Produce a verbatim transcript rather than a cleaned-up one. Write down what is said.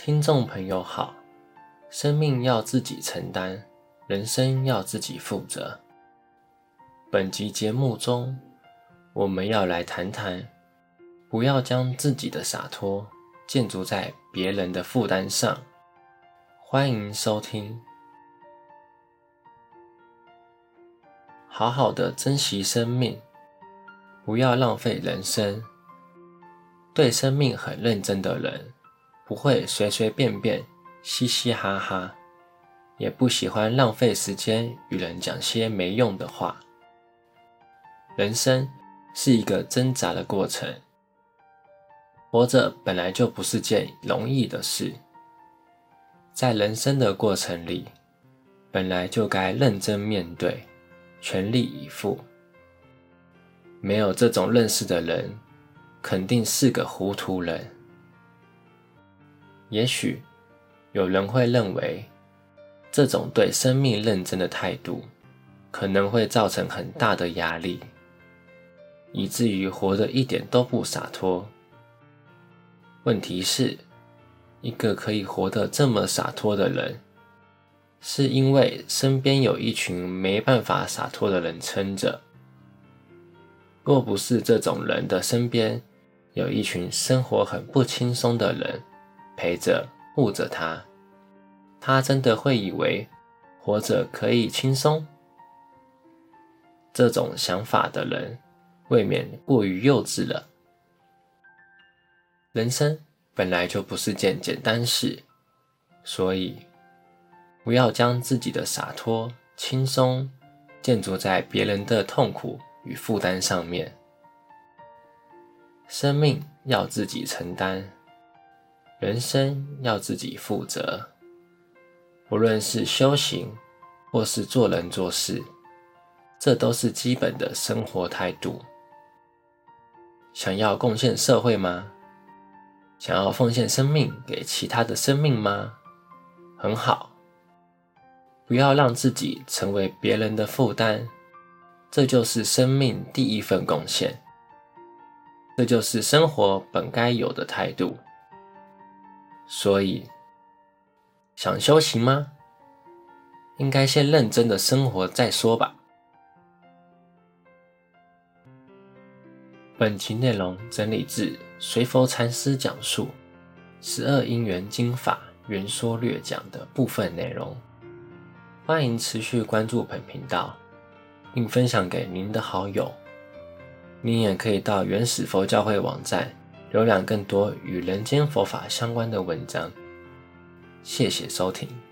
听众朋友好，生命要自己承担，人生要自己负责。本集节目中，我们要来谈谈，不要将自己的洒脱建筑在别人的负担上。欢迎收听。好好的珍惜生命，不要浪费人生。对生命很认真的人，不会随随便便嘻嘻哈哈，也不喜欢浪费时间与人讲些没用的话。人生是一个挣扎的过程，活着本来就不是件容易的事。在人生的过程里，本来就该认真面对，全力以赴。没有这种认识的人，肯定是个糊涂人。也许有人会认为，这种对生命认真的态度，可能会造成很大的压力，以至于活得一点都不洒脱。问题是，一个可以活得这么洒脱的人，是因为身边有一群没办法洒脱的人撑着。若不是这种人的身边有一群生活很不轻松的人陪着护着他，他真的会以为活着可以轻松？这种想法的人未免过于幼稚了。人生本来就不是件简单事，所以不要将自己的洒脱、轻松建筑在别人的痛苦与负担上面。生命要自己承担，人生要自己负责。无论是修行或是做人做事，这都是基本的生活态度。想要贡献社会吗？想要奉献生命给其他的生命吗？很好，不要让自己成为别人的负担，这就是生命第一份贡献，这就是生活本该有的态度。所以，想修行吗？应该先认真的生活再说吧。本期内容整理自随佛禅师讲述十二因缘经法圆说略讲的部分内容。欢迎持续关注本频道，并分享给您的好友。您也可以到原始佛教会网站浏览更多与人间佛法相关的文章。谢谢收听。